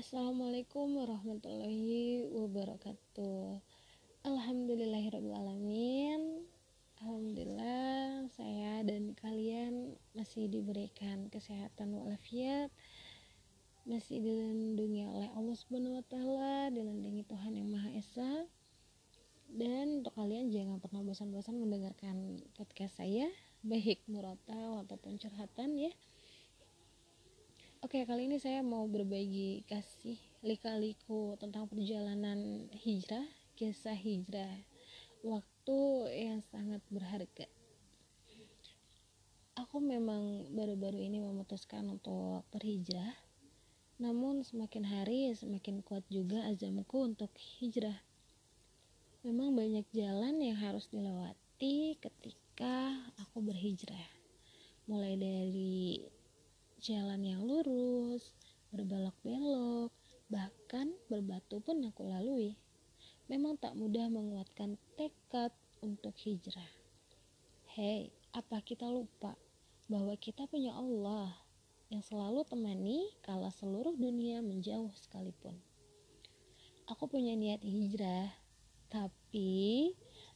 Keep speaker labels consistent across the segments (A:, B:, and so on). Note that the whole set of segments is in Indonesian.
A: Assalamualaikum warahmatullahi wabarakatuh. Alhamdulillahirrabbilalamin. Alhamdulillah saya dan kalian masih diberikan kesehatan walafiat, masih dilindungi oleh Allah Subhanahu wa taala, dilindungi Tuhan Yang Maha Esa. Dan untuk kalian jangan pernah bosan-bosan mendengarkan podcast saya, baik murotal ataupun curhatan ya. Oke, kali ini saya mau berbagi kasih lika-liku tentang perjalanan hijrah, kisah hijrah, waktu yang sangat berharga. Aku memang baru-baru ini memutuskan untuk berhijrah, namun semakin hari semakin kuat juga azamku untuk hijrah. Memang banyak jalan yang harus dilewati ketika aku berhijrah, mulai dari jalan yang lurus, berbelok-belok, bahkan berbatu pun aku lalui. Memang tak mudah menguatkan tekad untuk hijrah. Hei, apa kita lupa bahwa kita punya Allah yang selalu temani kala seluruh dunia menjauh sekalipun. Aku punya niat hijrah, tapi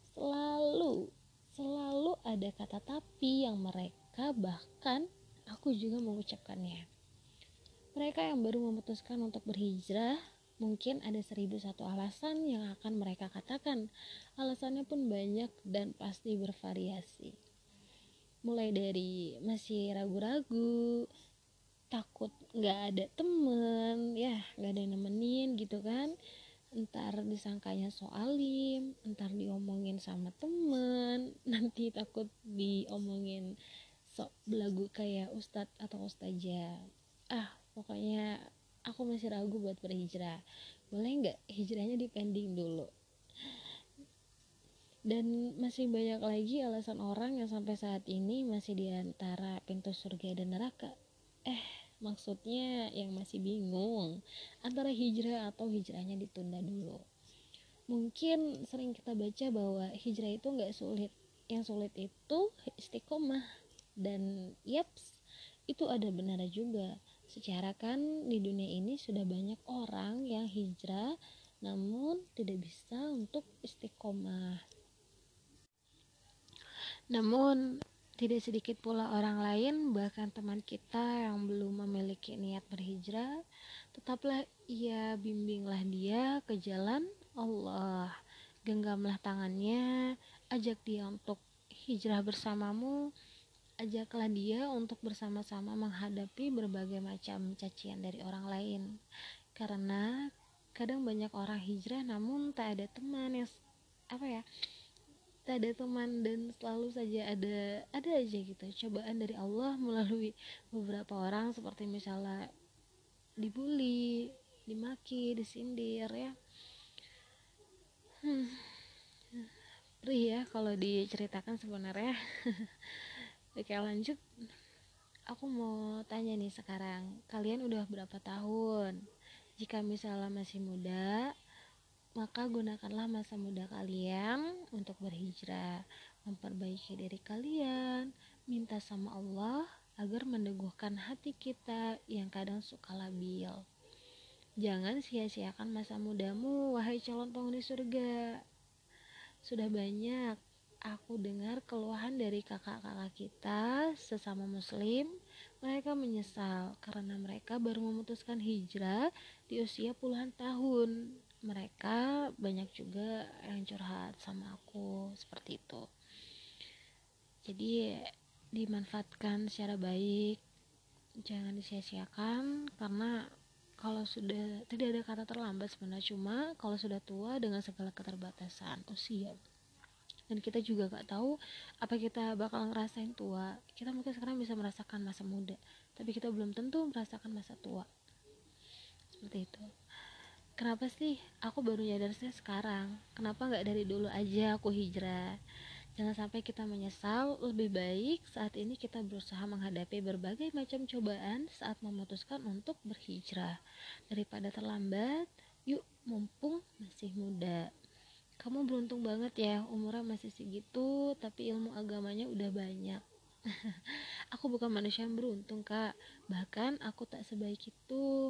A: selalu ada kata tapi yang mereka, bahkan aku juga mengucapkannya. Mereka yang baru memutuskan untuk berhijrah, mungkin ada 1001 alasan yang akan mereka katakan. Alasannya pun banyak dan pasti bervariasi. Mulai dari masih ragu-ragu, takut gak ada temen, gak ada yang nemenin gitu kan. Entar disangkanya soalim, entar diomongin sama temen, nanti takut diomongin sok belagu kayak ustadz atau ustazah. Pokoknya aku masih ragu buat berhijrah. Boleh nggak hijrahnya dipending dulu? Dan masih banyak lagi alasan orang yang sampai saat ini masih di antara pintu surga dan neraka. Maksudnya yang masih bingung antara hijrah atau hijrahnya ditunda dulu. Mungkin sering kita baca bahwa hijrah itu nggak sulit. Yang sulit itu istiqomah. Dan yaps, itu ada benarnya juga. Secara kan di dunia ini sudah banyak orang yang hijrah namun tidak bisa untuk istiqomah. Namun tidak sedikit pula orang lain, bahkan teman kita yang belum memiliki niat berhijrah, tetaplah ia bimbinglah dia ke jalan Allah. Genggamlah tangannya, ajak dia untuk hijrah bersamamu. Ajaklah dia untuk bersama-sama menghadapi berbagai macam cacian dari orang lain. Karena kadang banyak orang hijrah namun tak ada teman yang tak ada teman, dan selalu saja ada aja gitu cobaan dari Allah melalui beberapa orang, seperti misalnya dibully, dimaki, disindir ya. Perih ya kalau diceritakan sebenarnya. Oke, lanjut. Aku mau tanya nih sekarang, kalian udah berapa tahun? Jika misalnya masih muda, maka gunakanlah masa muda kalian untuk berhijrah, memperbaiki diri kalian, minta sama Allah agar meneguhkan hati kita yang kadang suka labil. Jangan sia-siakan masa mudamu, wahai calon penghuni surga. Sudah banyak aku dengar keluhan dari kakak-kakak kita sesama muslim. Mereka menyesal karena mereka baru memutuskan hijrah di usia puluhan tahun. Mereka banyak juga yang curhat sama aku seperti itu. Jadi dimanfaatkan secara baik, jangan disia-siakan, karena kalau sudah tidak ada kata terlambat sebenarnya, cuma kalau sudah tua dengan segala keterbatasan usia. Dan kita juga gak tahu apa kita bakal ngerasain tua. Kita mungkin sekarang bisa merasakan masa muda, tapi kita belum tentu merasakan masa tua. Seperti itu. Kenapa sih aku baru nyadarnya sekarang? Kenapa gak dari dulu aja aku hijrah? Jangan sampai kita menyesal. Lebih baik saat ini kita berusaha menghadapi berbagai macam cobaan saat memutuskan untuk berhijrah, daripada terlambat. Yuk, mumpung masih muda. Kamu beruntung banget ya, umurnya masih segitu tapi ilmu agamanya udah banyak. Aku bukan manusia yang beruntung, Kak. Bahkan aku tak sebaik itu.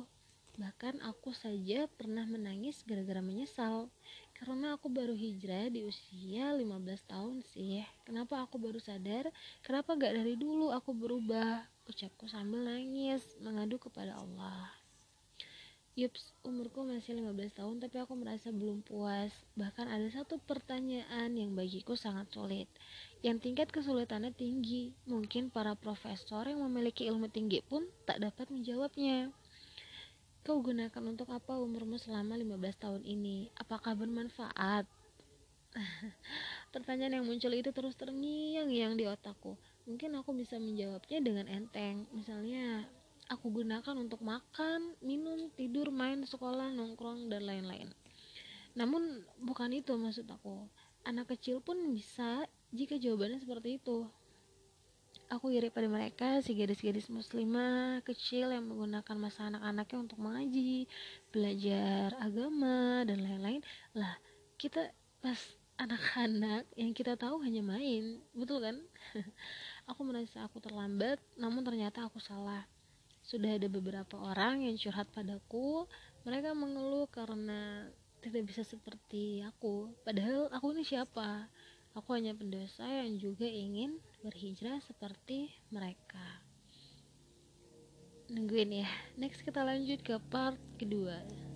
A: Bahkan aku saja pernah menangis gara-gara menyesal. Karena aku baru hijrah di usia 15 tahun sih. Kenapa aku baru sadar? Kenapa gak dari dulu aku berubah? Ucapku sambil nangis, mengadu kepada Allah. Yups, umurku masih 15 tahun tapi aku merasa belum puas. Bahkan ada satu pertanyaan yang bagiku sangat sulit. Yang tingkat kesulitannya tinggi. Mungkin para profesor yang memiliki ilmu tinggi pun tak dapat menjawabnya. Kau gunakan untuk apa umurmu selama 15 tahun ini? Apakah bermanfaat? Pertanyaan yang muncul itu terus terngiang-ngiang di otakku. Mungkin aku bisa menjawabnya dengan enteng. Misalnya, aku gunakan untuk makan, minum, tidur, main, sekolah, nongkrong, dan lain-lain. Namun, bukan itu maksud aku. Anak kecil pun bisa jika jawabannya seperti itu. Aku iri pada mereka, si gadis-gadis muslimah kecil yang menggunakan masa anak-anaknya untuk mengaji, belajar agama, dan lain-lain. Lah, kita pas anak-anak yang kita tahu hanya main, betul kan? Aku merasa aku terlambat, namun ternyata aku salah. Sudah ada beberapa orang yang curhat padaku, mereka mengeluh karena tidak bisa seperti aku. Padahal aku ini siapa? Aku hanya pendosa yang juga ingin berhijrah seperti mereka. Nungguin ya. Next kita lanjut ke part kedua.